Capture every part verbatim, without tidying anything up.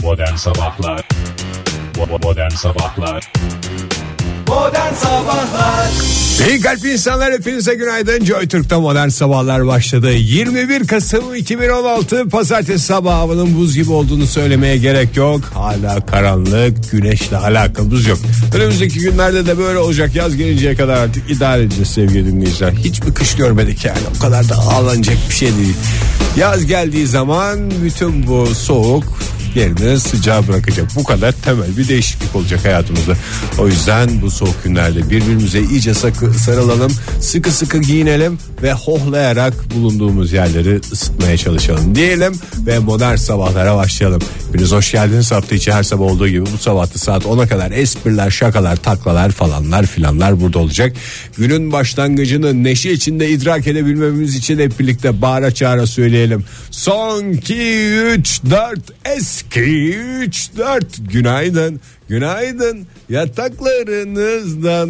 Modern Sabahlar Modern Sabahlar Modern Sabahlar İyi kalp insanlar, hepinize günaydın. Joy Türk'te Modern Sabahlar başladı. yirmi bir Kasım iki bin on altı Pazartesi sabahı, havanın buz gibi olduğunu söylemeye gerek yok. Hala karanlık, güneşle alakamız yok. Önümüzdeki günlerde de böyle olacak. Yaz gelinceye kadar artık idare edeceğiz sevgili dinleyiciler. Hiçbir kış görmedik yani, o kadar da ağlanacak bir şey değil. Yaz geldiği zaman bütün bu soğuk yerini sıcağı bırakacak. Bu kadar temel bir değişiklik olacak hayatımızda. O yüzden bu soğuk günlerde birbirimize iyice sakı, sarılalım, sıkı sıkı giyinelim ve hohlayarak bulunduğumuz yerleri ısıtmaya çalışalım diyelim ve modern sabahlara başlayalım. Hepiniz hoş geldiniz. Hafta içi her sabah olduğu gibi bu sabahta saat ona kadar espriler, şakalar, taklalar falanlar filanlar burada olacak. Günün başlangıcını neşe içinde idrak edebilmemiz için hep birlikte bağıra çağıra söyleyelim. Son iki üç dört eski üç dört günaydın. Günaydın, yataklarınızdan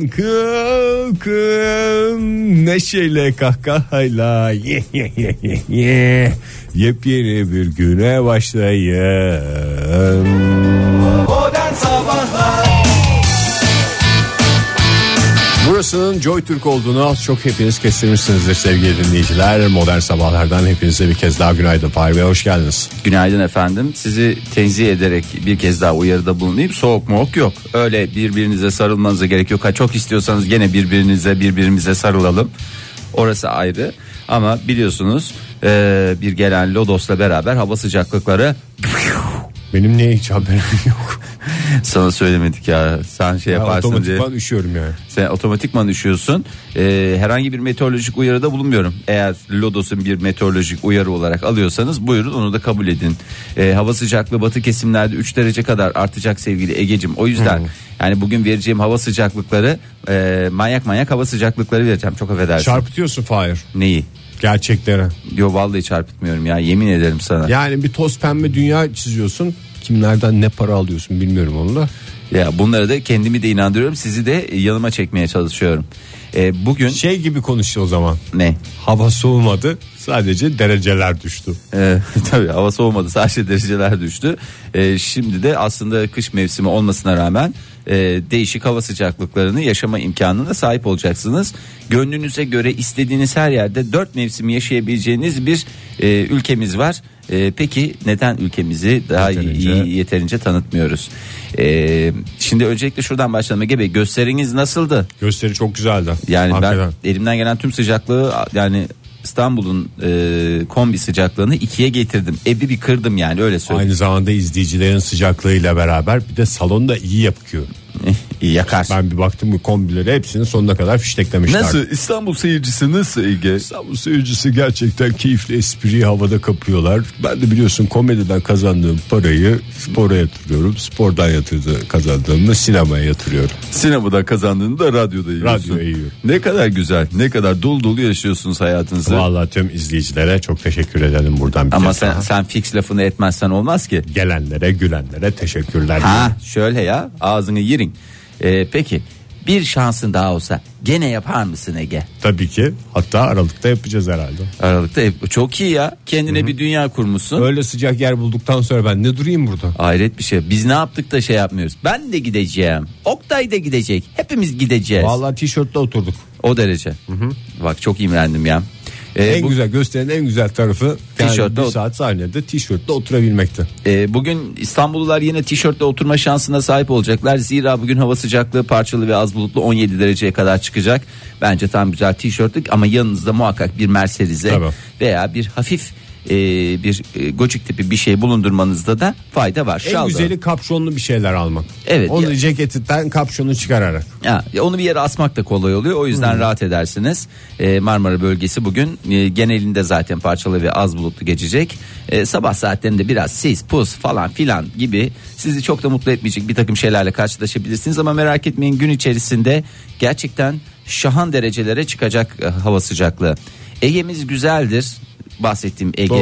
kalkın, neşeyle kahkahayla ye ye ye ye ye, yepyeni bir güne başlayın. Modern Sabahlar. Burasının Joy Türk olduğunu az çok hepiniz kestirmişsinizdir sevgili dinleyiciler. Modern Sabahlardan hepinize bir kez daha günaydın. Fahri Bey, hoş geldiniz. Günaydın efendim. Sizi tenzih ederek bir kez daha uyarıda bulunayım. Soğuk moğuk yok. Öyle birbirinize sarılmanıza gerek yok. Ha, çok istiyorsanız gene birbirinize birbirimize sarılalım. Orası ayrı. Ama biliyorsunuz e, bir gelen lodosla beraber hava sıcaklıkları... Benim niye hiç haberim yok? Sana söylemedik ya. Sen şey ya yaparsın diye. Otomatikman üşüyorum yani. Sen otomatikman üşüyorsun. Ee, herhangi bir meteorolojik uyarıda bulunmuyorum. Eğer Lodos'un bir meteorolojik uyarı olarak alıyorsanız buyurun, onu da kabul edin. Ee, hava sıcaklığı batı kesimlerde üç derece kadar artacak sevgili Egeciğim. O yüzden hmm. yani bugün vereceğim hava sıcaklıkları e, manyak manyak hava sıcaklıkları vereceğim. Çok affedersin. Çarpıtıyorsun Fahir. Neyi? Gerçekleri. Yo, vallahi çarpıtmıyorum ya, yemin ederim sana. Yani bir toz pembe dünya çiziyorsun. Kimlerden ne para alıyorsun bilmiyorum onu da. Ya bunları da kendimi de inandırıyorum, sizi de yanıma çekmeye çalışıyorum. Ee, bugün şey gibi konuştu o zaman. Ne? Hava soğumadı, sadece dereceler düştü. Ee, tabii hava soğumadı, sadece dereceler düştü. Ee, şimdi de aslında kış mevsimi olmasına rağmen e, değişik hava sıcaklıklarını yaşama imkanına sahip olacaksınız. Gönlünüze göre istediğiniz her yerde dört mevsimi yaşayabileceğiniz bir e, ülkemiz var. Ee, peki neden ülkemizi daha yeterince. iyi yeterince tanıtmıyoruz? Ee, şimdi öncelikle şuradan başlayalım. Ege Bey, gösteriniz nasıldı? Gösteri çok güzeldi. Yani hakikaten. Ben elimden gelen tüm sıcaklığı, yani İstanbul'un e, kombi sıcaklığını ikiye getirdim. Evi bir kırdım yani, öyle söyleyeyim. Aynı zamanda izleyicilerin sıcaklığıyla beraber bir de salonda iyi yakıyor. İyi yakar. Ben bir baktım bu kombileri hepsinin sonuna kadar fişteklemişler. Nasıl? İstanbul seyircisi nasıl Ege? İstanbul seyircisi gerçekten keyifli, espriyi havada kapıyorlar. Ben de biliyorsun komediden kazandığım parayı spora yatırıyorum. Spordan yatırdı, kazandığımı sinemaya yatırıyorum. Sinemadan kazandığını da radyoda yiyorsun. Radyoya yiyorum. Ne kadar güzel, ne kadar dolu dolu yaşıyorsunuz hayatınızı. Vallahi tüm izleyicilere çok teşekkür ederim buradan. Bir Ama sen, sen fix lafını etmezsen olmaz ki. Gelenlere, gülenlere teşekkürler. Ha şöyle ya, ağzını yirin. Ee, peki bir şansın daha olsa gene yapar mısın Ege? Tabii ki, hatta Aralık'ta yapacağız herhalde. Aralıkta yap- çok iyi ya, kendine Hı-hı. bir dünya kurmuşsun. Öyle sıcak yer bulduktan sonra ben ne durayım burada? Hayret bir şey, biz ne yaptık da şey yapmıyoruz. Ben de gideceğim, Oktay da gidecek, hepimiz gideceğiz. Vallahi tişörtle oturduk. O derece. Hı-hı. Bak çok imrendim ya. Ee, en bu, güzel gösterinin en güzel tarafı yani bir saat sahnede tişörtle oturabilmekti. E, bugün İstanbullular yine tişörtle oturma şansına sahip olacaklar. Zira bugün hava sıcaklığı parçalı ve az bulutlu on yedi dereceye kadar çıkacak. Bence tam güzel tişörtlük, ama yanınızda muhakkak bir Mercedes'e Tabii. veya bir hafif e, bir e, gocik tipi bir şey bulundurmanızda da fayda var. En Şalda. güzeli kapşonlu bir şeyler almak. Evet. Onu ya, ceketinden kapşonu çıkararak. Ya, ya onu bir yere asmak da kolay oluyor. O yüzden hmm. rahat edersiniz. Ee, Marmara bölgesi bugün e, genelinde zaten parçalı ve az bulutlu geçecek. E, sabah saatlerinde biraz sis, pus falan filan gibi sizi çok da mutlu etmeyecek bir takım şeylerle karşılaşabilirsiniz. Ama merak etmeyin, gün içerisinde gerçekten şahan derecelere çıkacak e, hava sıcaklığı. Ege'miz güzeldir. Bahsettiğim Ege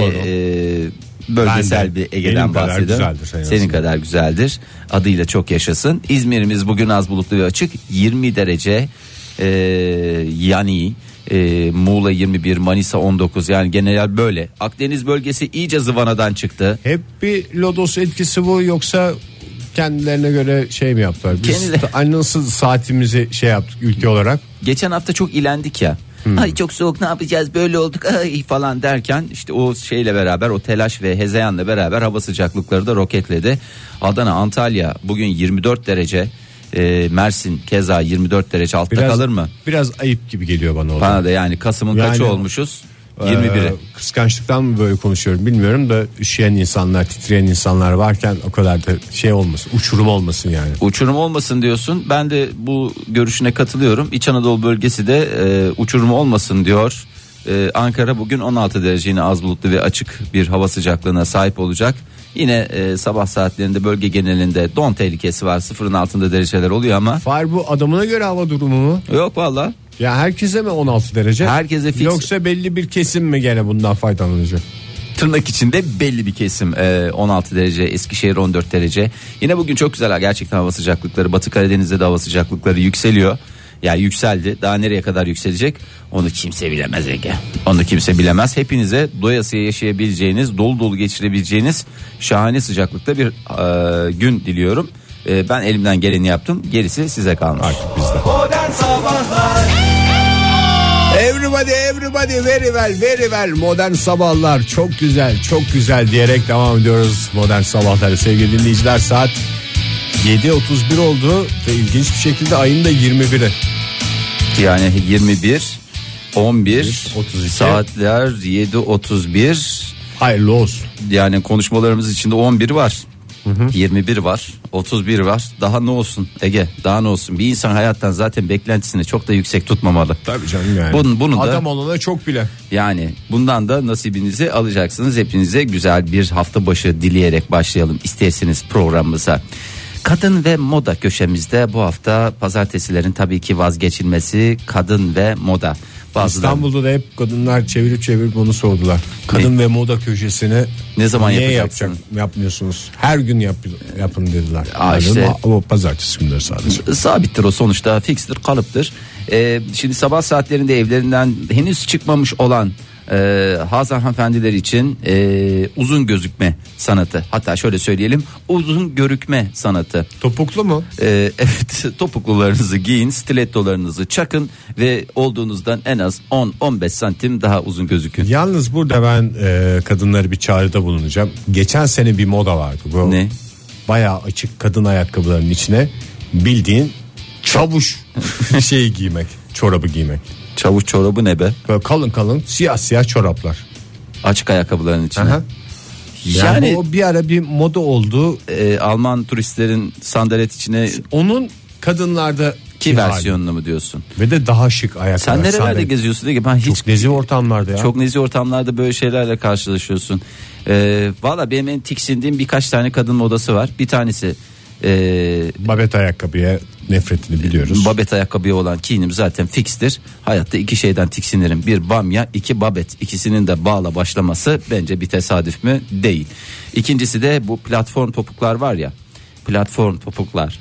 e, bölgesel bir Ege'den bahsediyorum. Senin kadar güzeldir. Adıyla çok yaşasın. İzmir'imiz bugün az bulutlu ve açık, yirmi derece e, yani e, Muğla yirmi bir, Manisa on dokuz, yani genel böyle. Akdeniz bölgesi iyice zıvanadan çıktı. Hep bir lodos etkisi bu, yoksa kendilerine göre şey mi yaptılar? Biz Kendileri... nasıl saatimizi şey yaptık ülke olarak? Geçen hafta çok ilendik ya. Hmm. Ay çok soğuk, ne yapacağız, böyle olduk ay falan derken işte o şeyle beraber, o telaş ve hezeyanla beraber hava sıcaklıkları da roketledi. Adana, Antalya bugün yirmi dört derece. E, Mersin keza yirmi dört derece, altta biraz, kalır mı? Biraz ayıp gibi geliyor bana o. Bana da yani Kasım'ın yani, kaçı olmuşuz? yirmi biri. E, kıskançlıktan mı böyle konuşuyorum bilmiyorum da, üşüyen insanlar, titreyen insanlar varken o kadar da şey olmasın, uçurum olmasın yani. Uçurum olmasın diyorsun. Ben de bu görüşüne katılıyorum. İç Anadolu bölgesi de e, uçurum olmasın diyor. E, Ankara bugün on altı derece, yine az bulutlu ve açık bir hava sıcaklığına sahip olacak. Yine e, sabah saatlerinde bölge genelinde don tehlikesi var. Sıfırın altında dereceler oluyor ama. Fahir, bu adamına göre hava durumu mu? Yok valla. Ya herkese mi on altı derece? Herkese fix. Yoksa belli bir kesim mi gene bundan faydalanacak? Tırnak içinde belli bir kesim. e, on altı derece, Eskişehir on dört derece. Yine bugün çok güzel gerçekten hava sıcaklıkları. Batı Karadeniz'de de hava sıcaklıkları yükseliyor. Yani yükseldi. Daha nereye kadar yükselecek? Onu kimse bilemez Ege. Onu kimse bilemez. Hepinize doyasıya yaşayabileceğiniz, dolu dolu geçirebileceğiniz şahane sıcaklıkta bir e, gün diliyorum. E, ben elimden geleni yaptım. Gerisi size kalmış. Artık bizde. Modern Sabahlar. Everybody everybody very well very well. Modern sabahlar çok güzel çok güzel diyerek devam ediyoruz modern sabahları sevgili dinleyiciler. Saat yedi otuz bir oldu ve ilginç bir şekilde ayın da yirmi biri. Yani yirmi bir, on bir otuz iki saatler yedi otuz bir. Hayırlı olsun. Yani konuşmalarımız içinde on bir var. Hı hı. yirmi bir var, otuz bir var. Daha ne olsun Ege? Daha ne olsun? Bir insan hayattan zaten beklentisini çok da yüksek tutmamalı. Tabii canım yani. Bunun, bunu da, adam olana çok bile. Yani bundan da nasibinizi alacaksınız. Hepinize güzel bir hafta başı dileyerek başlayalım isterseniz programımıza. Kadın ve moda köşemizde bu hafta pazartesilerin tabii ki vazgeçilmesi kadın ve moda. Bazıları... İstanbul'da da hep kadınlar çevirip çevirip onu sordular. Kadın ne? Ve moda köşesini ne zaman niye yapacaksın? Yapacak, yapmıyorsunuz? Her gün yap, yapın dediler. Aa, işte, o pazartesi günleri sadece. Sabittir o, sonuçta fikstir, kalıptır. Ee, şimdi sabah saatlerinde evlerinden henüz çıkmamış olan Ee, Hazar hanımefendiler için e, uzun gözükme sanatı, hatta şöyle söyleyelim, uzun görükme sanatı. Topuklu mu? Ee, evet, topuklularınızı giyin, stilettolarınızı çakın ve olduğunuzdan en az on on beş santim daha uzun gözükün. Yalnız burada ben e, kadınları bir çağrıda bulunacağım. Geçen sene bir moda vardı bu. Ne? Bayağı açık kadın ayakkabılarının içine bildiğin çavuş şeyi giymek, çorabı giymek. Çavuş çorabı ne be? Böyle kalın kalın siyah siyah çoraplar. Açık ayakkabıların içine. Aha. Yani, yani o bir ara bir moda oldu. E, Alman turistlerin sandalet içine. Onun kadınlarda ki versiyonunu hali mu diyorsun? Ve de daha şık ayakkabılar. Sen nerelerde sandalet geziyorsun diye, ben hiç çok nezih ortamlarda ya. Çok nezih ortamlarda böyle şeylerle karşılaşıyorsun. E, Valla benim en tiksindiğim birkaç tane kadın modası var. Bir tanesi Ee, babet ayakkabıya nefretini biliyoruz. Babet ayakkabıya olan kinim zaten fikstir. Hayatta iki şeyden tiksinirim: bir bamya, iki babet. İkisinin de bağla başlaması bence bir tesadüf mü? Değil. İkincisi de bu platform topuklar var ya. Platform topuklar.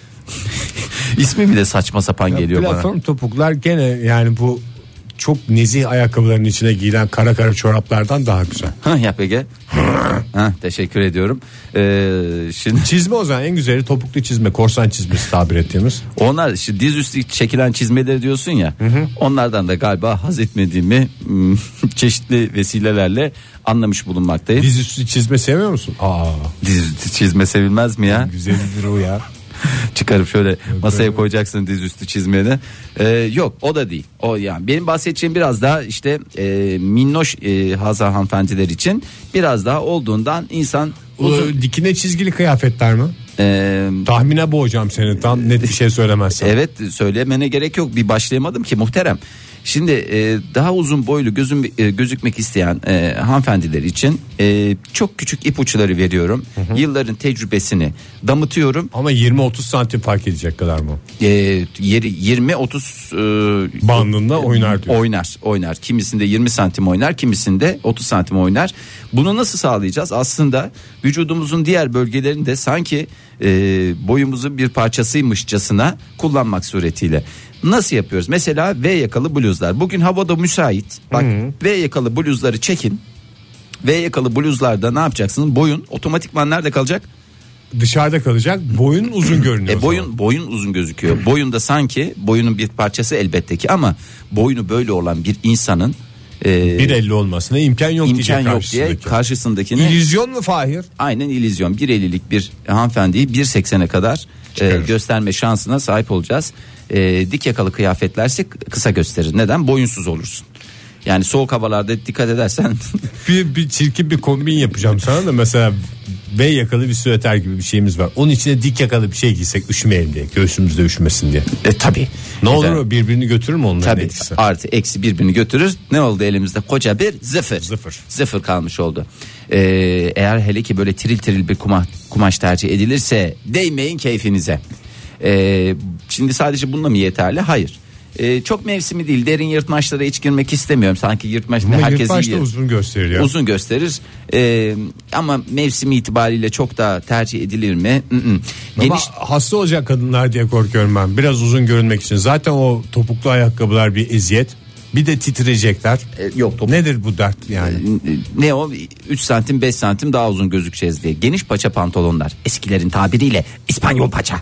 İsmi bile saçma sapan ya, geliyor platform bana. Platform topuklar gene yani bu çok nezih ayakkabıların içine giyilen kara kara çoraplardan daha güzel. Ha yap Ege. Ha, teşekkür ediyorum. Ee, şimdi çizme o zaman en güzeli topuklu çizme, korsan çizmesi tabir ettiğimiz. Onlar işte diz üstü çekilen çizmeleri diyorsun ya. Hı hı. Onlardan da galiba haz etmediğimi çeşitli vesilelerle anlamış bulunmaktayım. Diz üstü çizme sevmiyor musun? Aa. Diz üstü çizme sevilmez mi ya? Güzeldir o ya. Çıkarıp şöyle masaya koyacaksın diz üstü çizmeye de. Ee, yok o da değil. O yani benim bahsedeceğim biraz daha işte e, minnoş e, Hazar hanımefendiler için biraz daha olduğundan insan uzun... Dikine çizgili kıyafetler mi? Ee, Tahmine boğacağım seni, tam net bir şey söylemezsen. Evet, söylemene gerek yok, bir başlayamadım ki muhterem. Şimdi e, daha uzun boylu gözüm, e, gözükmek isteyen e, hanımefendiler için e, çok küçük ipuçları veriyorum. Hı hı. Yılların tecrübesini damıtıyorum. Ama yirmi otuz santim fark edecek kadar mı? E, yirmi otuz e, bandında oynar diyor. Oynar, oynar. Kimisinde yirmi santim oynar, kimisinde otuz santim oynar. Bunu nasıl sağlayacağız? Aslında vücudumuzun diğer bölgelerini de sanki e, boyumuzun bir parçasıymışçasına kullanmak suretiyle. Nasıl yapıyoruz? Mesela V yakalı bluzlar. Bugün havada müsait. Bak, hı-hı, V yakalı bluzları çekin. V yakalı bluzlarda ne yapacaksınız? Boyun otomatikman nerede kalacak? Dışarıda kalacak. Boyun uzun görünüyor. E boyun boyun uzun gözüküyor. Boyunda sanki boyunun bir parçası elbette ki, ama boynu böyle olan bir insanın e, bir elli olmasına imkan yok imkan yok karşısındaki. diye karşısındakini. İllüzyon mu Fahir? Aynen illüzyon. bir ellilik bir hanımefendiyi bir seksene kadar e, gösterme şansına sahip olacağız. E, dik yakalı kıyafetlerse kısa gösterir. Neden? Boyunsuz olursun. Yani soğuk havalarda dikkat edersen bir, bir çirkin bir kombin yapacağım sana da, mesela V yakalı bir süveter gibi bir şeyimiz var. Onun içine dik yakalı bir şey giysek üşümeyelim diye, göğsümüzde üşümesin diye. E tabi. Ne olur o birbirini götürür mü onların tabii, etkisi? Artı eksi birbirini götürür. Ne oldu elimizde? Koca bir zıfır. Zıfır. Zıfır kalmış oldu. Ee, eğer hele ki böyle tiril tiril bir kumaş, kumaş tercih edilirse değmeyin keyfinize. Ee, şimdi sadece bununla mı yeterli? Hayır. Ee, çok mevsimi değil, derin yırtmaçlara hiç girmek istemiyorum. Sanki yırtmaç Ama herkes yırtmaç da yer. uzun gösterir ya. Uzun gösterir. Ee, ama mevsimi itibariyle çok da tercih edilir mi? Hı-hı. Ama Geniş... hasta olacak kadınlar diye korkuyorum ben. Biraz uzun görünmek için. Zaten o topuklu ayakkabılar bir eziyet. Bir de titrecekler. Ee, yok topuk. Nedir bu dert yani? Ee, ne o? üç santim beş santim daha uzun gözükeceğiz diye. Geniş paça pantolonlar. Eskilerin tabiriyle İspanyol paça.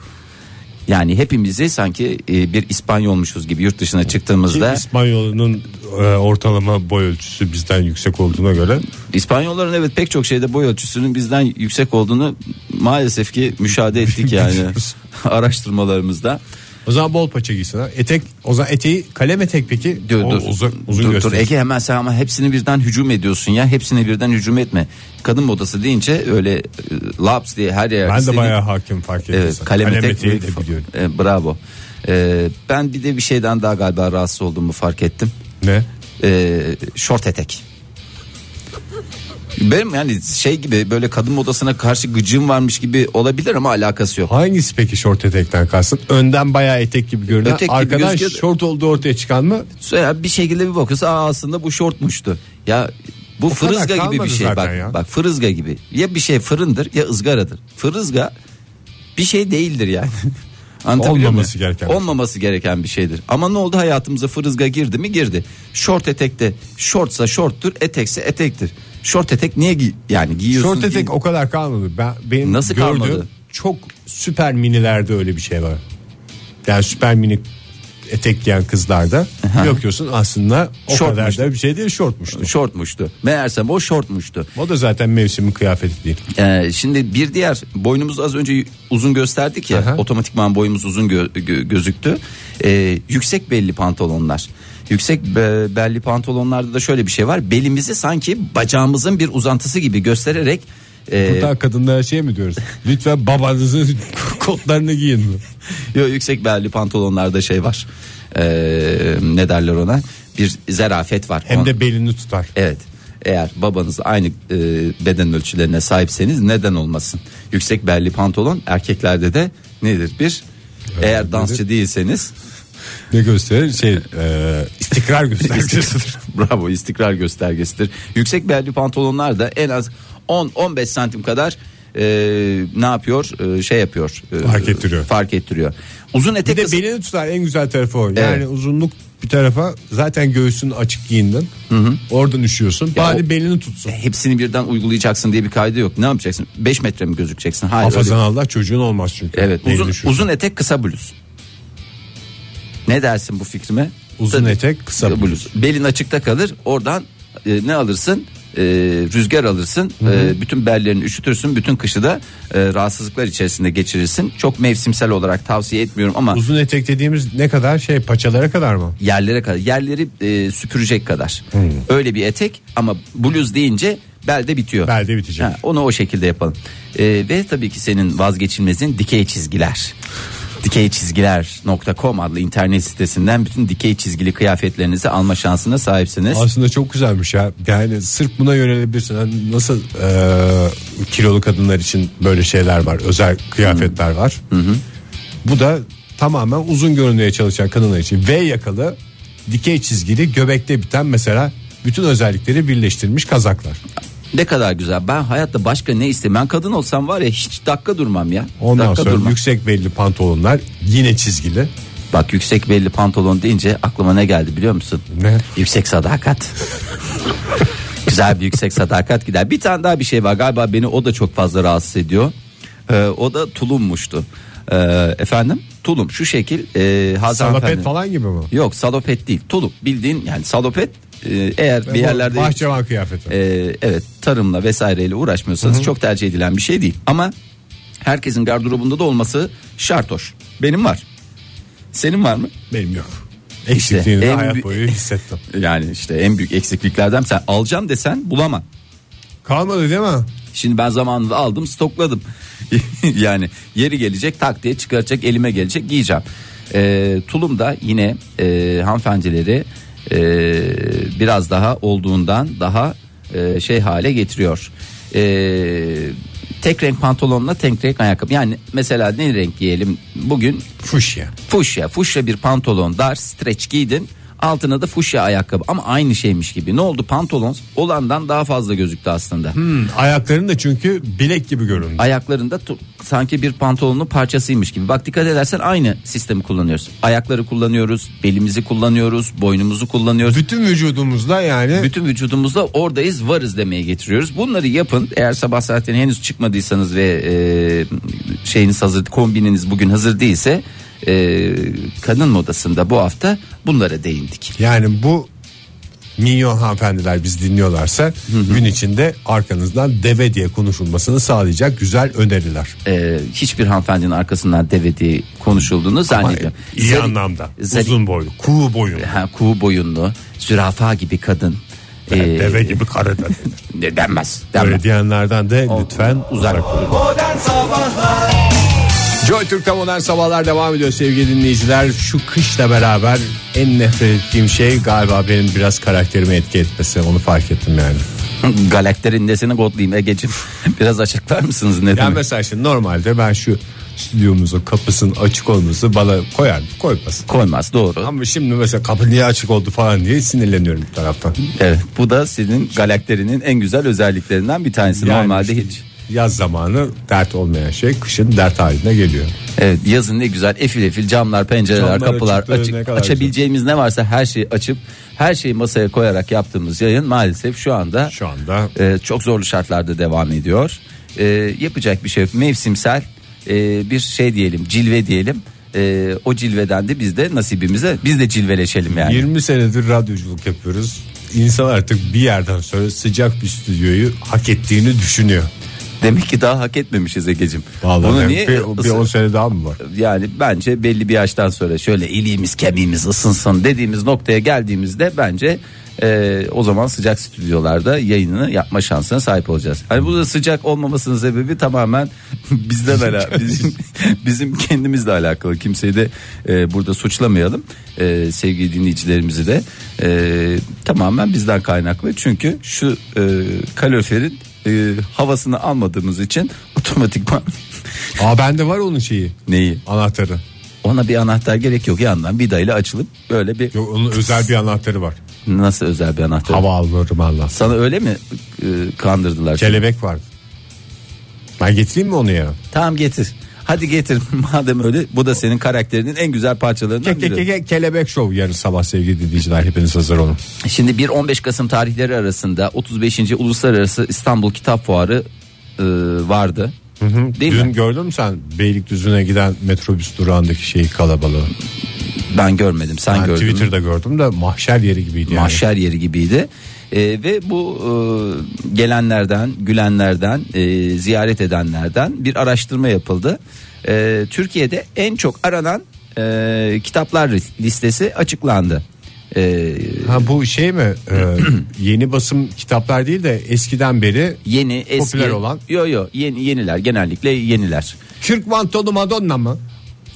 Yani hepimizi sanki e, bir İspanyolmuşuz gibi yurt dışına çıktığımızda. Ki İspanyol'un e, ortalama boy ölçüsü bizden yüksek olduğuna göre. İspanyolların evet pek çok şeyde boy ölçüsünün bizden yüksek olduğunu maalesef ki müşahede ettik yani araştırmalarımızda. O zaman bol paça giysinler. Etek, o zaman eteği kalem etek peki? Dur o, dur. Uzun, uzun dur, gösterir. dur Ege, hemen sen ama hepsini birden hücum ediyorsun ya. Hepsini birden hücum etme. Kadın modası deyince öyle e, laps diye her yer. Ben istediğin... de bayağı hakim, fark ettim. Evet, kalem, kalem etek, eteği de biliyorum. E, bravo. E, ben bir de bir şeyden daha galiba rahatsız olduğumu fark ettim. Ne? E, şort etek. Benim yani şey gibi böyle kadın modasına karşı gıcığım varmış gibi olabilir ama alakası yok. Hangisi peki şort etekten kalsın? Önden bayağı etek gibi görünen, Ötek gibi arkadan gözüküyor. şort olduğu ortaya çıkan mı? Sonra bir şekilde bir bakıyorsun, aa aslında bu şortmuştu. Ya bu O fırızga kadar gibi bir şey, kalmadı bak ya. bak fırızga gibi. Ya bir şey fırındır ya ızgaradır. Fırızga bir şey değildir yani. Anlatabiliyor Olmaması muyum? gereken. Olmaması gereken bir şeydir. Ama ne oldu, hayatımıza fırızga girdi mi girdi. Şort etekte şortsa şorttur, etekse etektir. Şort etek niye giy yani giyiyorsun? Şort etek giy- o kadar kalmadı. Ben benim Nasıl gördüğüm kalmadı? çok süper minilerde öyle bir şey var. Yani süper mini etek giyen kızlarda bakıyorsun aslında o Şortmuş. kadar da bir şey değil, şortmuştu. Şortmuştu. Meğersem o şortmuştu. O da zaten mevsimin kıyafeti değil. Ee, şimdi bir diğer, boynumuz az önce uzun gösterdik ya. Aha. Otomatikman boyumuz uzun gö- gö- gözüktü. Ee, yüksek belli pantolonlar. Yüksek be- belli pantolonlarda da şöyle bir şey var. Belimizi sanki bacağımızın bir uzantısı gibi göstererek. E, Burada kadınlara şey mi diyoruz? Lütfen babanızın kotlarını giyin mi? yo, yüksek belli pantolonlarda şey var. Ee, ne derler ona? Bir zarafet var. Hem de belini tutar. Evet. Eğer babanız aynı e, beden ölçülerine sahipseniz neden olmasın? Yüksek belli pantolon erkeklerde de nedir? Bir, eğer nedir? dansçı değilseniz Ne gösterir? Şey, e, istikrar göstergesidir. bravo, istikrar göstergesidir. Yüksek belli pantolonlar da en az on on beş santim kadar e, ne yapıyor? E, şey yapıyor. E, Fark ettiriyor. Fark ettiriyor. Uzun Bir etek de kısa- belini tutar, en güzel tarafı o. Yani Evet. uzunluk bir tarafa, zaten göğsün açık giyindin. Oradan üşüyorsun. Ya Bari o- belini tutsun. hepsini birden uygulayacaksın diye bir kaydı yok. Ne yapacaksın? beş metre mi gözükeceksin? Hayır. Hafazan öyle- Allah, çocuğun olmaz çünkü. Evet, Belini uzun üşüyorsun. uzun etek kısa bluz. Ne dersin bu fikrime? Uzun Tabii. etek, kısa bluz. Belin açıkta kalır. Oradan e, ne alırsın? E, rüzgar alırsın. E, bütün bellerini üşütürsün. Bütün kışı da e, rahatsızlıklar içerisinde geçirirsin. Çok mevsimsel olarak tavsiye etmiyorum ama Uzun etek dediğimiz ne kadar, şey, paçalara kadar mı? yerlere kadar, yerleri e, süpürecek kadar. Öyle bir etek, ama bluz deyince belde bitiyor. Belde bitecek. Ha, onu o şekilde yapalım. E, ve tabii ki senin vazgeçilmezin dikey çizgiler. dikey çizgiler nokta com adlı internet sitesinden bütün dikey çizgili kıyafetlerinizi alma şansına sahipsiniz. Aslında çok güzelmiş ya. Yani sırf buna yönelebilirsin. Yani nasıl e, kilolu kadınlar için böyle şeyler var. Özel kıyafetler var. Hı hı. Bu da tamamen uzun görünmeye çalışan kadınlar için. V yakalı, dikey çizgili, göbekte biten mesela bütün özellikleri birleştirilmiş kazaklar. Ne kadar güzel. Ben hayatta başka ne istemem. Ben kadın olsam var ya hiç dakika durmam ya. Ondan dakika sonra durmam. yüksek belli pantolonlar yine çizgili. Bak yüksek belli pantolon deyince aklıma ne geldi biliyor musun? Ne? Yüksek sadakat. Güzel bir yüksek sadakat gider. Bir tane daha bir şey var galiba beni o da çok fazla rahatsız ediyor. Ee, o da tulummuştu. Ee, efendim tulum şu şekil. E, Salopet efendim. falan gibi mi? Yok salopet değil tulum bildiğin yani salopet. Ee, eğer bir yerlerde bahçıvan kıyafeti. E, evet tarımla vesaireyle uğraşmıyorsanız Hı-hı. çok tercih edilen bir şey değil. Ama herkesin gardırobunda da olması şart hoş. Benim var. Senin var mı? Benim yok. Eksikliğini İşte, hayat büyük, boyu hissettim. Yani işte en büyük eksikliklerden sen alacağım desen bulamam. Kalmadı değil mi? Şimdi ben zamanında aldım stokladım. Yani yeri gelecek tak diye çıkaracak elime gelecek giyeceğim. E, tulum da yine e, hanımefendileri e, biraz daha olduğundan daha e, şey hale getiriyor. E, tek renk pantolonla tek renk ayakkabı. Yani mesela ne renk giyelim bugün? Fuşya. Fuşya. Fuşya bir pantolon dar stretch giydin. Altına da fuşya ayakkabı ama aynı şeymiş gibi. Ne oldu pantolon olandan daha fazla gözüktü aslında. Hmm, ayakların da çünkü bilek gibi göründü. Ayaklarında tu- sanki bir pantolonun parçasıymış gibi. Bak dikkat edersen aynı sistemi kullanıyoruz. Ayakları kullanıyoruz, belimizi kullanıyoruz, boynumuzu kullanıyoruz. Bütün vücudumuzda yani. Bütün vücudumuzda oradayız varız demeye getiriyoruz. Bunları yapın. Eğer sabah saatine henüz çıkmadıysanız ve e, şeyiniz hazır, kombininiz bugün hazır değilse e, kadın modasında bu hafta bunlara değindik. Yani bu minyon hanımefendiler biz dinliyorlarsa hı hı. gün içinde arkanızdan deve diye konuşulmasını sağlayacak güzel öneriler. Ee, hiçbir hanımefendinin arkasından deve diye konuşulduğunu zannediyorum. İyi Zari, anlamda zari, uzun boylu, kuğu boyunlu. Ha, kuğu boyunlu, zürafa gibi kadın. Ee, deve gibi karı da ne denmez. Öyle diyenlerden de o, lütfen uzak durun. Modern Sabahlar. Joy Türk'te modern sabahlar devam ediyor sevgili dinleyiciler. Şu kışla beraber en nefret ettiğim şey galiba benim biraz karakterime etki etmesi, onu fark ettim yani. Galakterin nesini kodlayayım Ege'ciğim. Biraz açıklar mısınız ne yani demek? mesela şimdi normalde ben şu stüdyomuzun kapısının açık olması bana koyar koymaz. Koymaz doğru. Ama şimdi mesela kapı niye açık oldu falan diye sinirleniyorum bir taraftan. Evet bu da senin galakterinin en güzel özelliklerinden bir tanesi. Yani normalde işte, hiç. Yaz zamanı dert olmayan şey kışın dert haline geliyor. Evet yazın ne güzel efil efil camlar pencereler camlar kapılar açık, açık açabileceğimiz güzel. Ne varsa her şeyi açıp her şeyi masaya koyarak yaptığımız yayın maalesef şu anda şu anda e, çok zorlu şartlarda devam ediyor. E, yapacak bir şey yok. Mevsimsel e, bir şey diyelim, cilve diyelim. E, o cilveden de biz de nasibimize biz de cilveleşelim yani. yirmi senedir radyoculuk yapıyoruz. İnsan artık bir yerden sonra sıcak bir stüdyoyu hak ettiğini düşünüyor. Demek ki daha hak etmemişiz Ege'cim. Vallahi Bunu niye bir, bir on sene daha mı var? Yani bence belli bir yaştan sonra şöyle iliğimiz kemiğimiz ısınsın dediğimiz noktaya geldiğimizde bence e, o zaman sıcak stüdyolarda yayını yapma şansına sahip olacağız. Hani bu da sıcak olmamasının sebebi tamamen bizden alakalı. Bizim, bizim kendimizle alakalı. Kimseyi de e, burada suçlamayalım. E, sevgili dinleyicilerimizi de e, tamamen bizden kaynaklı. Çünkü şu e, kaloriferin E, havasını almadığımız için otomatikman. Aa bende var onun şeyi. Neyi? Anahtarı. Ona bir anahtar gerek yok, yandan vidayla açılıp böyle bir. Yok onun özel bir anahtarı var. Nasıl özel bir anahtar? Hava almıyorum Allah. Sana öyle mi e, kandırdılar? Kelebek şimdi? Vardı. Ben getireyim mi onu ya? Tamam getir. Hadi getir madem öyle, bu da senin karakterinin en güzel parçalarından ke- biri. Ke- ke- kelebek Show yarın sabah sevgili dinleyiciler, hepiniz hazır olun. Şimdi bir on beş Kasım tarihleri arasında otuz beşinci Uluslararası İstanbul Kitap Fuarı e, vardı. Hı hı. Değil Dün mi? gördün mü sen Beylikdüzü'ne giden metrobüs durağındaki şeyi, kalabalığı? Ben görmedim, sen ben gördün mü? Twitter'da gördüm de mahşer yeri gibiydi. Mahşer yani. yeri gibiydi. Ee, ve bu e, gelenlerden, gülenlerden, e, ziyaret edenlerden bir araştırma yapıldı. E, Türkiye'de en çok aranan e, kitaplar listesi açıklandı. E, ha bu şey mi? e, yeni basım kitaplar değil de eskiden beri yeni, eski, popüler olan. Yo yo yeni, yeniler, genellikle yeniler. Kürk mantolu Madonna mı? Vallahi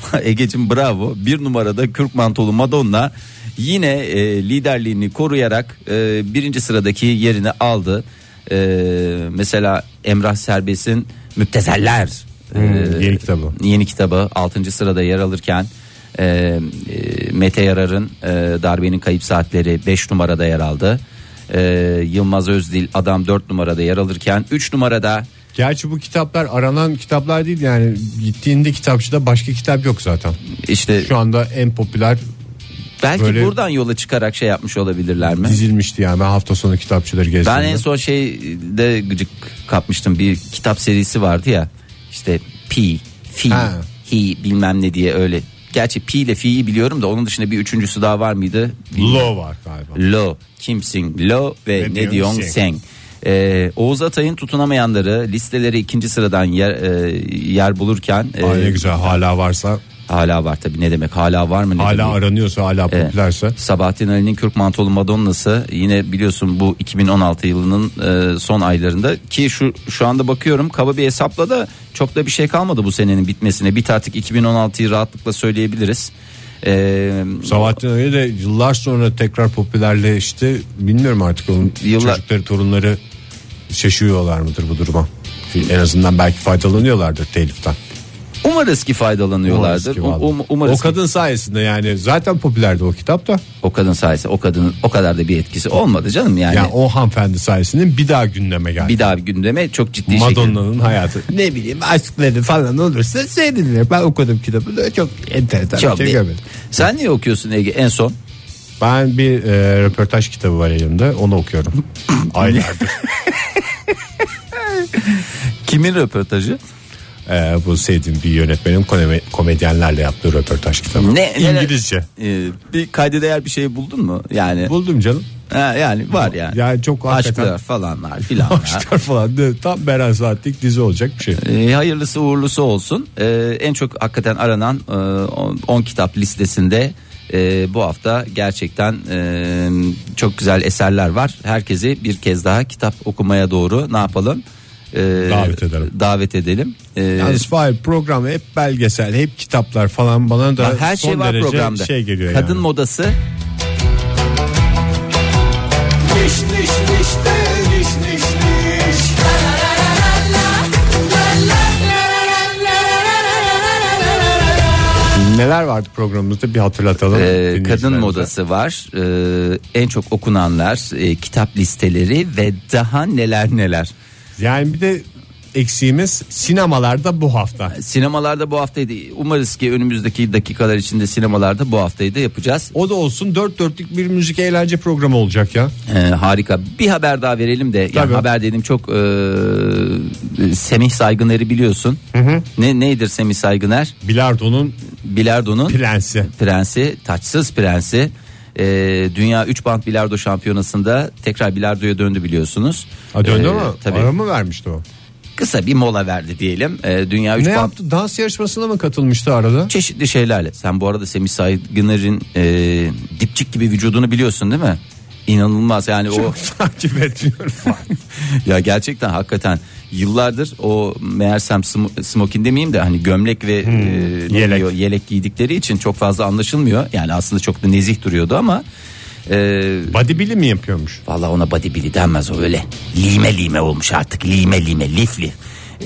Ege'cim bravo. Bir numarada kürk mantolu Madonna yine e, liderliğini koruyarak e, birinci sıradaki yerini aldı. E, mesela Emrah Serbest'in Müptezeller Hmm, e, yeni kitabı. Yeni kitabı altıncı sırada yer alırken e, e, Mete Yarar'ın e, Darbenin Kayıp Saatleri beş numarada yer aldı. E, Yılmaz Özdil Adam dört numarada yer alırken üç numarada. Gerçi bu kitaplar aranan kitaplar değil, yani gittiğinde kitapçıda başka kitap yok zaten. İşte Şu anda en popüler belki böyle buradan yola çıkarak şey yapmış olabilirler mi? dizilmişti yani, ben hafta sonu kitapçıları gezdim. Ben en son şeyde gıcık kapmıştım, bir kitap serisi vardı ya, işte Pi, Fi, Ha. Hi bilmem ne diye öyle. Gerçi Pi ile Fi'yi biliyorum da onun dışında bir üçüncüsü daha var mıydı? Lo var galiba. Lo, Kim Sing Lo ve Ne Ne diyorsun Diyorsun sen? Sen. Ee, Oğuz Atay'ın Tutunamayanları listeleri ikinci sıradan yer e, yer bulurken e, Aa, ne güzel, hala varsa, hala var tabii, ne demek hala var mı, ne hala demek? aranıyorsa, hala Evet. popülerse. Sabahattin Ali'nin Kürk Mantolu Madonna'sı yine biliyorsun bu iki bin on altı yılının e, son aylarında, ki şu şu anda bakıyorum kaba bir hesapla da çok da bir şey kalmadı bu senenin bitmesine. Bit artık iki bin on altıyı rahatlıkla söyleyebiliriz. E, Sabahattin Ali de yıllar sonra tekrar popülerleşti. Bilmiyorum artık onun Yıllar- çocukları, torunları şaşıyorlar mıdır bu duruma? En azından belki faydalanıyorlardır teliften. Umarız ki faydalanıyorlardır. Umarız ki Um- um- umarız o ki- kadın sayesinde, yani zaten popülerdi o kitap da. O kadın sayesinde, o kadının o kadar da bir etkisi olmadı canım yani. Yani o hanımefendi sayesinde bir daha gündeme geldi. Bir daha bir gündeme çok ciddi şekilde. Madonna'nın hayatı. Ne bileyim, aşkları falan olursa seyredilir. Ben okudum kitabı da çok enteresan Çok bir şey bir- görmedim. Sen niye okuyorsun Ege en son? Ben bir e, röportaj kitabı var elimde, onu okuyorum. Aylardır. Kimin röportajı? E, bu sevdiğim bir yönetmenin komedi- komedyenlerle yaptığı röportaj kitabı. Ne- İngilizce. Ee, bir kayda değer bir şey buldun mu? Yani Buldum canım. ha, yani var yani. Yani çok hakikaten- Aşklar falanlar filanlar. Aşklar falan de, tam Beren Saatlik dizi olacak bir şey. Ee, hayırlısı uğurlusu olsun. Ee, en çok hakikaten aranan on kitap listesinde e, bu hafta gerçekten e, çok güzel eserler var. Herkesi bir kez daha kitap okumaya doğru ne yapalım? Ee, Davet edelim. Davet edelim. Ee, Yalnız Fahir, program hep belgesel, hep kitaplar falan, bana da bak, her son şey var derece programda. şey geliyor Kadın yani. modası. Niş niş niş de niş niş niş. Neler vardı programımızda, bir hatırlatalım. Ee, dinleyicilerimize. kadın modası var. Ee, en çok okunanlar, e, kitap listeleri ve daha neler neler. Yani bir de eksiğimiz sinemalarda bu hafta. Sinemalarda bu haftaydı. Umarız ki önümüzdeki dakikalar içinde sinemalarda bu haftayı da yapacağız. O da olsun, dört dörtlük bir müzik eğlence programı olacak ya. Ee, harika. Bir haber daha verelim de. Yani Tabii. haber dedim çok e, Semih Saygıner'i biliyorsun. Ne nedir Semih Saygıner? Bilardo'nun Bilardo'nun prensi. prensi, taçsız prensi. Ee, Dünya üç band bilardo şampiyonasında tekrar bilardoya döndü biliyorsunuz. Ha, döndü Ee, mü? Tabii. Ara mı vermişti o? Kısa bir mola verdi diyelim. Ee, Dünya üç Ne band yaptı? Dans yarışmasına mı katılmıştı arada? çeşitli şeylerle. Sen bu arada Semih Saygıner'in e, dipçik gibi vücudunu biliyorsun değil mi? İnanılmaz yani o. Takip etmiyorum. Ya gerçekten hakikaten yıllardır o meğersem sm- smokin demeyeyim de hani gömlek ve e, ne yelek. diyor, yelek giydikleri için çok fazla anlaşılmıyor. Yani aslında çok da nezih duruyordu ama e, Bodybuilding mi yapıyormuş? vallahi ona bodybuilding denmez, o öyle lime lime olmuş artık, lime lime lif lif.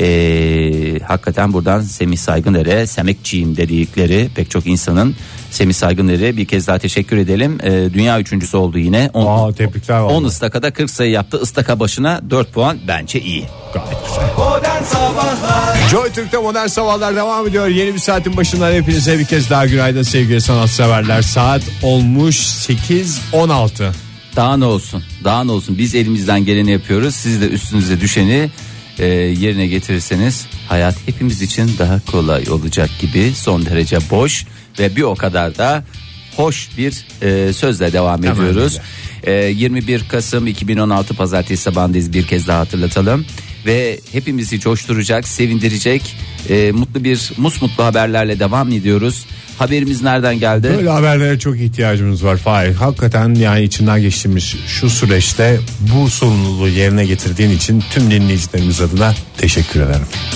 E, hakikaten buradan Semih Saygıner'e, Semekçiyim dedikleri pek çok insanın Semih Saygıner'e bir kez daha teşekkür edelim. E, dünya üçüncüsü oldu yine. Aa, tebrikler vallahi. on ıstakada kırk sayı yaptı. Istaka başına dört puan, bence iyi. Gayet güzel. Modern Sabahlar. Joy Türk'te modern sabahlar devam ediyor. Yeni bir saatin başından hepinize bir kez daha günaydın sevgili sanatseverler. Saat olmuş sekiz on altı. Daha ne olsun, daha ne olsun, biz elimizden geleni yapıyoruz. Siz de üstünüze düşeni e, yerine getirirseniz hayat hepimiz için daha kolay olacak gibi, son derece boş ve bir o kadar da hoş bir e, sözle devam Tamam, ediyoruz. E, yirmi bir Kasım iki bin on altı Pazartesi sabahındayız, bir kez daha hatırlatalım. Ve hepimizi coşturacak, sevindirecek, e, mutlu bir musmutlu haberlerle devam ediyoruz. Haberimiz nereden geldi? Böyle haberlere çok ihtiyacımız var Fahir. Hakikaten yani içinden geçtiğimiz şu süreçte bu sorumluluğu yerine getirdiğin için tüm dinleyicilerimiz adına teşekkür ederim.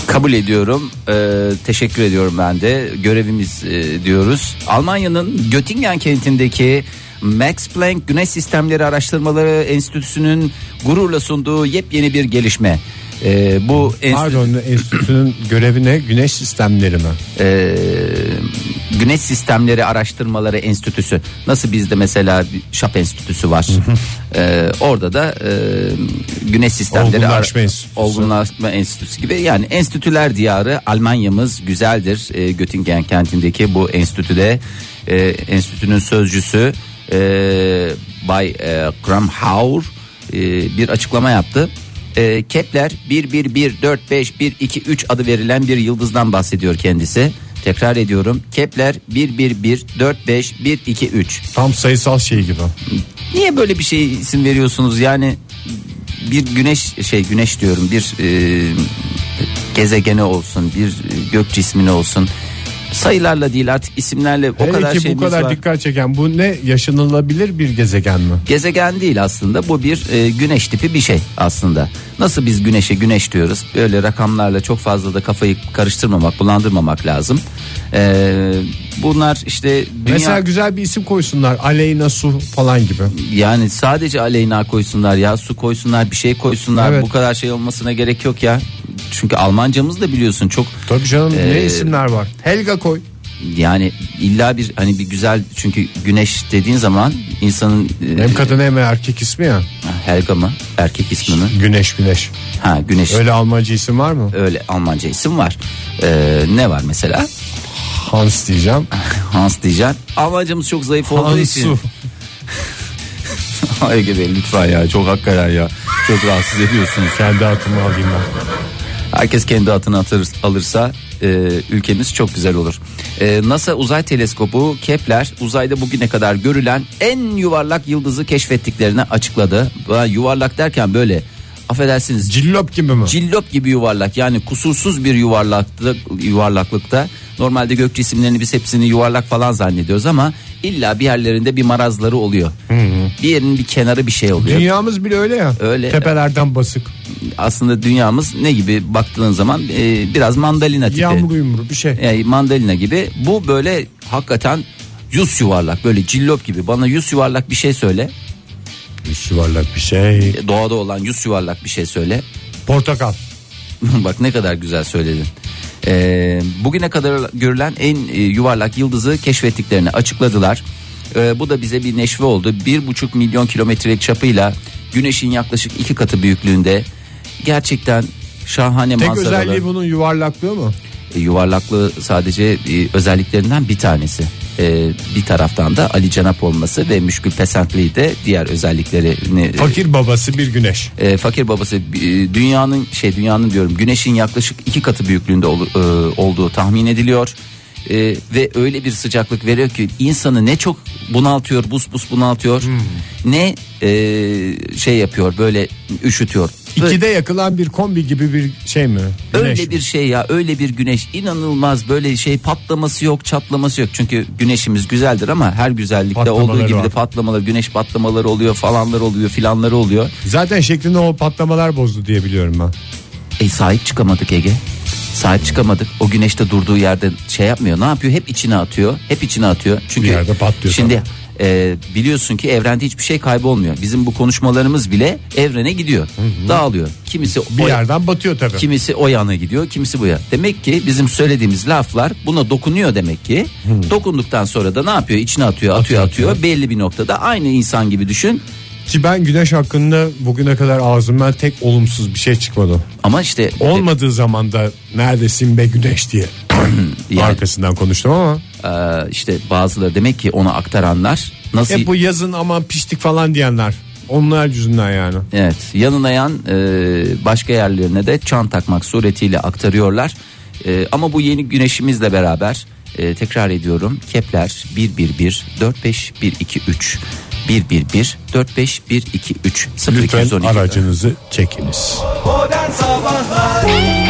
Kabul ediyorum. Ee, teşekkür ediyorum ben de. Görevimiz e, diyoruz. Almanya'nın Göttingen kentindeki Max Planck Güneş Sistemleri Araştırmaları Enstitüsü'nün gururla sunduğu yepyeni bir gelişme. Ee, bu enstitü... Pardon, enstitünün görevi ne? Güneş sistemleri mi? Ee, Güneş Sistemleri Araştırmaları Enstitüsü. Nasıl bizde mesela Şap Enstitüsü var. ee, orada da e, Güneş Sistemleri Olgunlaşma Ara- Enstitüsü. Olgunlaşma Enstitüsü gibi. Yani enstitüler diyarı Almanya'mız güzeldir. Ee, Göttingen kentindeki bu enstitüde e, enstitünün sözcüsü e, Bay e, Kramhauer e, bir açıklama yaptı. E, Kepler bir bir bir dört beş bir iki üç adı verilen bir yıldızdan bahsediyor kendisi. Tekrar ediyorum. Kepler bir bir bir dört beş bir iki üç. Tam sayısal şey gibi. Niye böyle bir şey isim veriyorsunuz? Yani bir güneş şey güneş diyorum bir e, gezegeni olsun, bir gök cismini olsun. Sayılarla değil artık isimlerle o Hele kadar ki şeyimiz bu kadar var. dikkat çeken bu ne, yaşanılabilir bir gezegen mi? Gezegen değil aslında, bu bir e, güneş tipi bir şey aslında. Nasıl biz güneşe güneş diyoruz, böyle rakamlarla çok fazla da kafayı karıştırmamak, bulandırmamak lazım. E, bunlar işte dünya... Mesela güzel bir isim koysunlar, Aleyna Su falan gibi. Yani sadece Aleyna koysunlar ya, su koysunlar, bir şey koysunlar. Evet. Bu kadar şey olmasına gerek yok ya. Çünkü Almancamız da biliyorsun çok. Tabii canım, Ee, ne isimler var. Helga koy. Yani illa bir hani bir güzel, çünkü güneş dediğin zaman insanın Hem e, kadın hem erkek ismi ya. Helga mı, erkek ismi mi? Güneş Güneş. Ha, güneş. Öyle Almanca isim var mı? Öyle Almanca isim var. Ee, ne var mesela? Hans diyeceğim. Hans diyeceksin. Almancamız çok zayıf olduğu için. Hansu. Ay gibi lütfen ya, çok hakikaten ya. Çok rahatsız ediyorsunuz. Kendi adımı alayım ben. Herkes kendi atını atır, alırsa e, ülkemiz çok güzel olur. E, NASA uzay teleskobu Kepler uzayda bugüne kadar görülen en yuvarlak yıldızı keşfettiklerini açıkladı. Bana yuvarlak derken böyle, affedersiniz, Cillop gibi mi? cillop gibi yuvarlak, yani kusursuz bir yuvarlaklık, yuvarlaklıkta. Normalde gök cisimlerini biz hepsini yuvarlak falan zannediyoruz ama illa bir yerlerinde bir marazları oluyor. Hı hı. Bir yerinin bir kenarı bir şey oluyor. Dünyamız bile öyle ya. Öyle. Tepelerden basık. Aslında dünyamız ne gibi baktığın zaman e, biraz mandalina tipi. Yağmur yumru bir şey. Yani mandalina gibi. Bu böyle hakikaten yüz yuvarlak, böyle cillop gibi. Bana yüz yuvarlak bir şey söyle. Yüz yuvarlak bir şey. Doğada olan yüz yuvarlak bir şey söyle. Portakal. Bak ne kadar güzel söyledin. Ee, bugüne kadar görülen en e, yuvarlak yıldızı keşfettiklerini açıkladılar. Ee, bu da bize bir neşve oldu. Bir buçuk milyon kilometrelik çapıyla Güneş'in yaklaşık iki katı büyüklüğünde, gerçekten şahane Tek manzaralı. özelliği bunun yuvarlaklığı mı? E, yuvarlaklığı sadece e, özelliklerinden bir tanesi. E, bir taraftan da Ali Cenap olması ve müşkül pesentliği de diğer özelliklerini. Fakir babası bir güneş. E, fakir babası e, dünyanın şey dünyanın diyorum Güneş'in yaklaşık iki katı büyüklüğünde ol, e, olduğu tahmin ediliyor. E, ve öyle bir sıcaklık veriyor ki insanı ne çok bunaltıyor, buz buz bunaltıyor, hmm. ne e, şey yapıyor, böyle üşütüyor. İkide yakılan bir kombi gibi bir şey mi? Güneş Öyle mi? bir şey ya, öyle bir güneş, inanılmaz, böyle şey, patlaması yok, çatlaması yok. Çünkü güneşimiz güzeldir ama her güzellikte Patlamaları olduğu gibi var. de patlamalar, güneş patlamaları oluyor, falanlar oluyor, filanları oluyor. Zaten şeklinde o patlamalar bozdu diye biliyorum ben. E sahip çıkamadık Ege. Sahip çıkamadık. O güneşte durduğu yerde şey yapmıyor. Ne yapıyor? Hep içine atıyor. Hep içine atıyor. Çünkü Bir yerde patlıyor şimdi e, biliyorsun ki evrende hiçbir şey kaybolmuyor. Bizim bu konuşmalarımız bile evrene gidiyor. Hı hı. Dağılıyor. Kimisi Bir o, yerden batıyor tabii. Kimisi o yana gidiyor, kimisi bu yana. Demek ki bizim söylediğimiz laflar buna dokunuyor demek ki. Hı. Dokunduktan sonra da ne yapıyor? İçine atıyor, atıyor, atıyor, atıyor. atıyor. Belli bir noktada aynı insan gibi düşün. Ki ben güneş hakkında bugüne kadar ağzımdan tek olumsuz bir şey çıkmadı. Ama işte olmadığı zaman da neredesin be güneş diye yani, arkasından konuştum ama e, işte bazıları demek ki ona aktaranlar nasıl hep bu yazın aman piştik falan diyenler, onlar yüzünden yani. Evet, yanına yan e, başka yerlerine de çan takmak suretiyle aktarıyorlar. E, ama bu yeni güneşimizle beraber e, tekrar ediyorum, Kepler bir bir bir dört beş bir iki üç bir bir bir dört beş bir iki üç sıfır iki Lütfen on iki aracınızı çekiniz. Modern Sabahlar.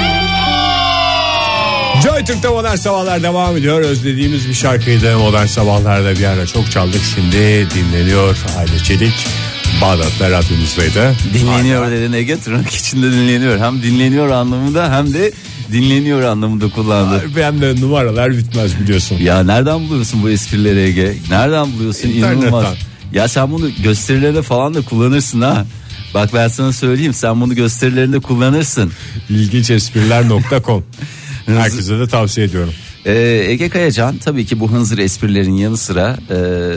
Joy Türk'te Modern Sabahlar devam ediyor. Özlediğimiz bir şarkıydı Modern Sabahlar'da bir ara çok çaldık, şimdi dinleniyor. Aile Çelik Bağdat'ta radyonuzdaydı. Dinleniyor dedin Ege, tırnak içinde dinleniyor. Hem dinleniyor anlamında hem de dinleniyor anlamında kullandı. Benim de numaralar bitmez biliyorsun. Ya nereden buluyorsun bu esprileri Ege? Nereden buluyorsun? İnternetten. İnanılmaz. Ya sen bunu gösterilerde falan da kullanırsın ha. Bak ben sana söyleyeyim, sen bunu gösterilerinde kullanırsın. İlginç espriler nokta com. Herkese de tavsiye ediyorum. Ee, Ege Kayacan tabii ki bu hınzır esprilerin yanı sıra e,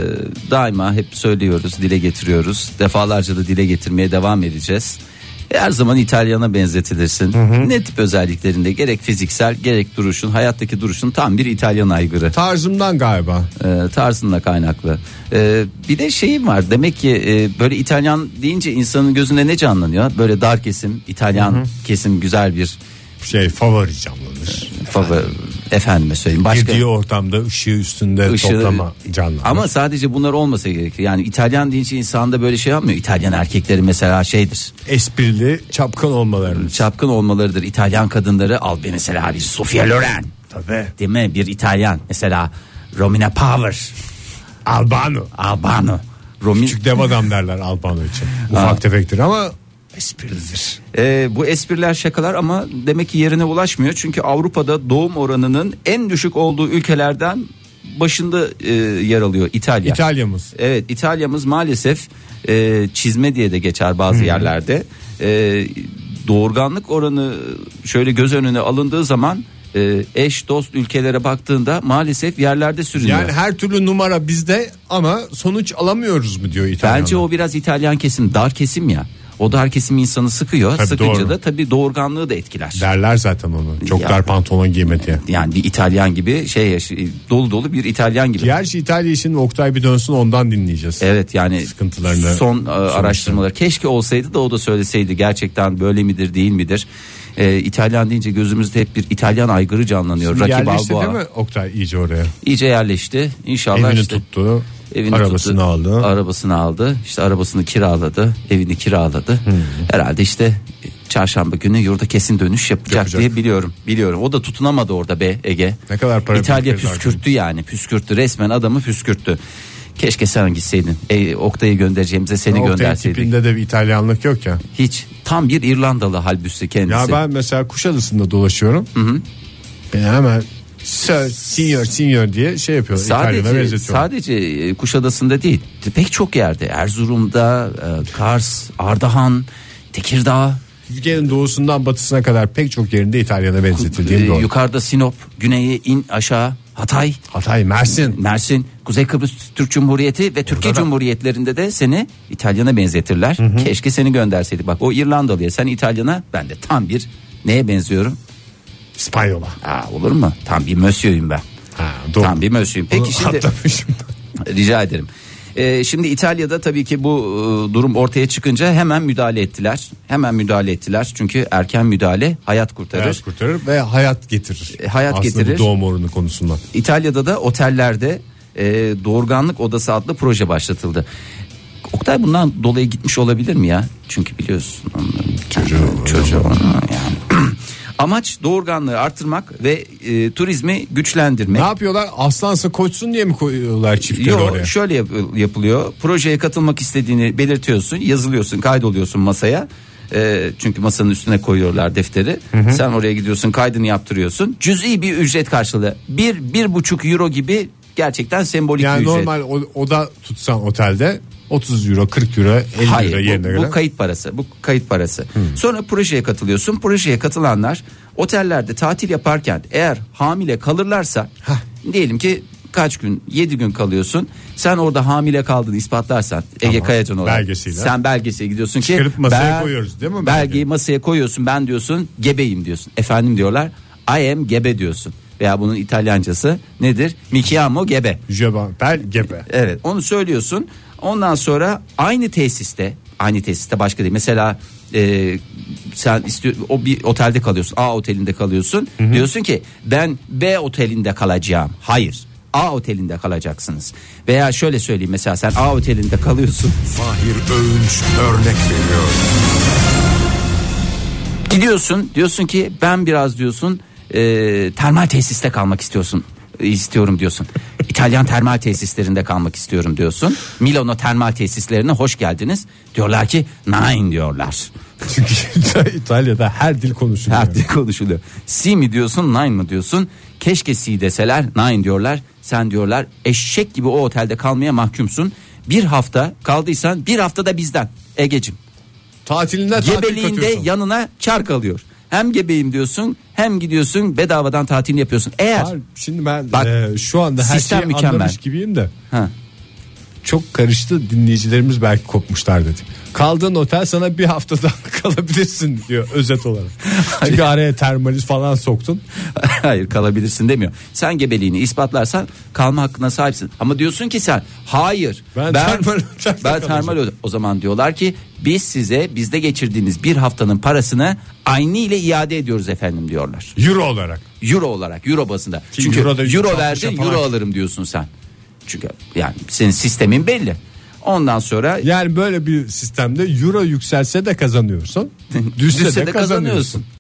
daima hep söylüyoruz, dile getiriyoruz. Defalarca da dile getirmeye devam edeceğiz. Her zaman İtalyan'a benzetilirsin. Hı hı. Ne tip özelliklerinde, gerek fiziksel gerek duruşun, hayattaki duruşun tam bir İtalyan aygırı. Tarzımdan galiba. E, tarzınla kaynaklı. E, bir de şeyim var, demek ki e, böyle İtalyan deyince insanın gözünde ne canlanıyor? Böyle dar kesim, İtalyan hı hı. kesim, güzel bir şey, favori canlanır. Favori, efendime söyleyeyim. Başka, girdiği ortamda ışığı üstünde ışığı, toplama canlanır. Ama sadece bunlar olmasa gerekir. Yani İtalyan deyince insanda böyle şey yapmıyor. İtalyan erkekleri mesela şeydir. Esprili, çapkın olmalarıdır. Çapkın olmalarıdır. İtalyan kadınları, al bir mesela bir Sofia Loren. Tabii. Değil mi? Bir İtalyan. Mesela Romina Power. Albano. Albano. Romin... Küçük dev adam derler Albano için. Ufak tefektir ama esprilidir. Ee, bu espriler şakalar ama demek ki yerine ulaşmıyor. Çünkü Avrupa'da doğum oranının en düşük olduğu ülkelerden başında e, yer alıyor İtalya. İtalya'mız. Evet, İtalya'mız maalesef e, çizme diye de geçer bazı hmm. yerlerde. E, doğurganlık oranı şöyle göz önüne alındığı zaman e, eş dost ülkelere baktığında maalesef yerlerde sürünüyor. Yani her türlü numara bizde ama sonuç alamıyoruz mu diyor İtalyanlar. Bence o biraz İtalyan kesim, dar kesim ya. O dar kesim insanı sıkıyor. Tabii sıkınca doğru. Da tabii doğurganlığı da etkiler. Derler zaten onu. Çok ya, dar pantolon giyme diye. Yani bir İtalyan gibi şey, dolu dolu bir İtalyan gibi. Gerçi İtalya için Oktay bir dönsün, ondan dinleyeceğiz. Evet yani sıkıntılarını. Son araştırmalar. Keşke olsaydı da o da söyleseydi gerçekten böyle midir değil midir? Ee, İtalyan deyince gözümüzde hep bir İtalyan aygırı canlanıyor. Şimdi Rocky yerleşti Balboa. değil mi Oktay iyice oraya? İyice yerleşti. İnşallah evini işte. tuttu. Evini arabasını tuttu, aldı. Arabasını aldı. İşte arabasını kiraladı. Evini kiraladı. Hmm. Herhalde işte çarşamba günü yurda kesin dönüş yapacak, yapacak diye biliyorum. Biliyorum. O da tutunamadı orada be Ege. Ne kadar para İtalya püskürttü yani. Püskürttü. Resmen adamı püskürttü. Keşke sen gitseydin. E, Oktay'ı göndereceğimize seni Oktay gönderseydik. Oktay tipinde de bir İtalyanlık yok ya. Hiç. Tam bir İrlandalı halbuki kendisi. Ya ben mesela Kuşadası'nda dolaşıyorum. Hı hı. Ben hemen Sir, senior, senior diye şey yapıyor. Sadece, sadece Kuşadası'nda değil, pek çok yerde. Erzurum'da, Kars, Ardahan, Tekirdağ. Türkiye'nin doğusundan batısına kadar pek çok yerinde İtalyana benzetildiğim doğru. Yukarıda Sinop, güneye in aşağı Hatay. Hatay, Mersin. Mersin, Kuzey Kıbrıs Türk Cumhuriyeti ve Orada Türkiye da. Cumhuriyetlerinde de seni İtalyana benzetirler. Hı hı. Keşke seni gönderseydik. Bak o İrlandalıya, sen İtalyana, ben de tam bir neye benziyorum? İspanyola. Aa, olur mu? Tam bir mösyöyüm ben. Ha, doğru. Tam bir mösyöyüm. Peki şimdi rica ederim. Ee, şimdi İtalya'da tabii ki bu e, durum ortaya çıkınca hemen müdahale ettiler. Hemen müdahale ettiler. Çünkü erken müdahale hayat kurtarır. Hayat kurtarır ve hayat getirir. E, hayat aslında getirir. Doğum oranı konusunda. İtalya'da da otellerde e, doğurganlık odası adlı proje başlatıldı. Oktay bundan dolayı gitmiş olabilir mi ya? Çünkü biliyorsun çocuğu, çocuğu yani. Amaç doğurganlığı artırmak ve e, turizmi güçlendirmek. Ne yapıyorlar? Aslansa koçsun diye mi koyuyorlar çiftleri Yo, oraya? Şöyle yap- yapılıyor. Projeye katılmak istediğini belirtiyorsun, yazılıyorsun, kaydoluyorsun masaya. E, çünkü masanın üstüne koyuyorlar defteri. Hı hı. Sen oraya gidiyorsun, kaydını yaptırıyorsun. Cüz'i bir ücret karşılığı. Bir, bir buçuk euro gibi gerçekten sembolik yani bir ücret. Yani normal oda tutsan otelde otuz euro, kırk euro, elli Hayır, euro yerine bu, göre. bu kayıt parası. Bu kayıt parası. Hmm. Sonra projeye katılıyorsun. Projeye katılanlar otellerde tatil yaparken eğer hamile kalırlarsa, Heh. diyelim ki kaç gün, yedi gün kalıyorsun. Sen orada hamile kaldığını ispatlarsan, tamam. Ege Kayacan olarak belgesiyle. Sen belgesiyle gidiyorsun ki çıkarıp masaya ben, koyuyoruz değil mi? Belgeyi masaya koyuyorsun. Ben diyorsun gebeyim diyorsun. Efendim diyorlar. I am gebe diyorsun. Veya bunun İtalyancası nedir? Mi chiamo gebe. Je m'appelle gebe. Evet, onu söylüyorsun. Ondan sonra aynı tesiste, aynı tesiste başka değil. Mesela e, sen istiyor, o bir otelde kalıyorsun, A otelinde kalıyorsun. Hı hı. Diyorsun ki ben B otelinde kalacağım. Hayır, A otelinde kalacaksınız. Veya şöyle söyleyeyim, mesela sen A otelinde kalıyorsun. Fahir Öğünç örnek veriyor. Gidiyorsun, diyorsun ki ben biraz diyorsun e, termal tesiste kalmak istiyorsun. istiyorum diyorsun. İtalyan termal tesislerinde kalmak istiyorum diyorsun. Milano termal tesislerine hoş geldiniz. Diyorlar ki nine diyorlar. Çünkü İtalya'da her dil konuşuluyor. Her dil konuşuluyor. Si mi diyorsun, nine mı diyorsun? Keşke si deseler, nine diyorlar. Sen diyorlar eşek gibi o otelde kalmaya mahkumsun. Bir hafta kaldıysan bir hafta da bizden Egecim. Tatilinden tatil Gebeliğinde katıyorsun. yanına kar kalıyor. Hem gebeyim diyorsun hem gidiyorsun bedavadan tatil yapıyorsun. Eğer Var, şimdi ben Bak, e, şu anda her sistem şeyi mükemmel. anlamış gibiyim de. ha, Çok karıştı, dinleyicilerimiz belki kopmuşlar dedi. Kaldığın otel sana bir haftadan kalabilirsin diyor özet olarak. Çünkü araya termaliz falan soktun. hayır kalabilirsin demiyor. Sen gebeliğini ispatlarsan kalma hakkına sahipsin. Ama diyorsun ki sen hayır. Ben termal ben ocakta kalacağım. termal o o zaman diyorlar ki biz size bizde geçirdiğiniz bir haftanın parasını aynı ile iade ediyoruz efendim diyorlar. Euro olarak. Euro olarak, euro bazında. Ki Çünkü euro da yüz euro altmışa verdin, falan. euro alırım diyorsun sen. Çünkü yani senin sistemin belli. Ondan sonra Yani böyle bir sistemde euro yükselse de kazanıyorsun. Düşse, düşse de, de kazanıyorsun. kazanıyorsun.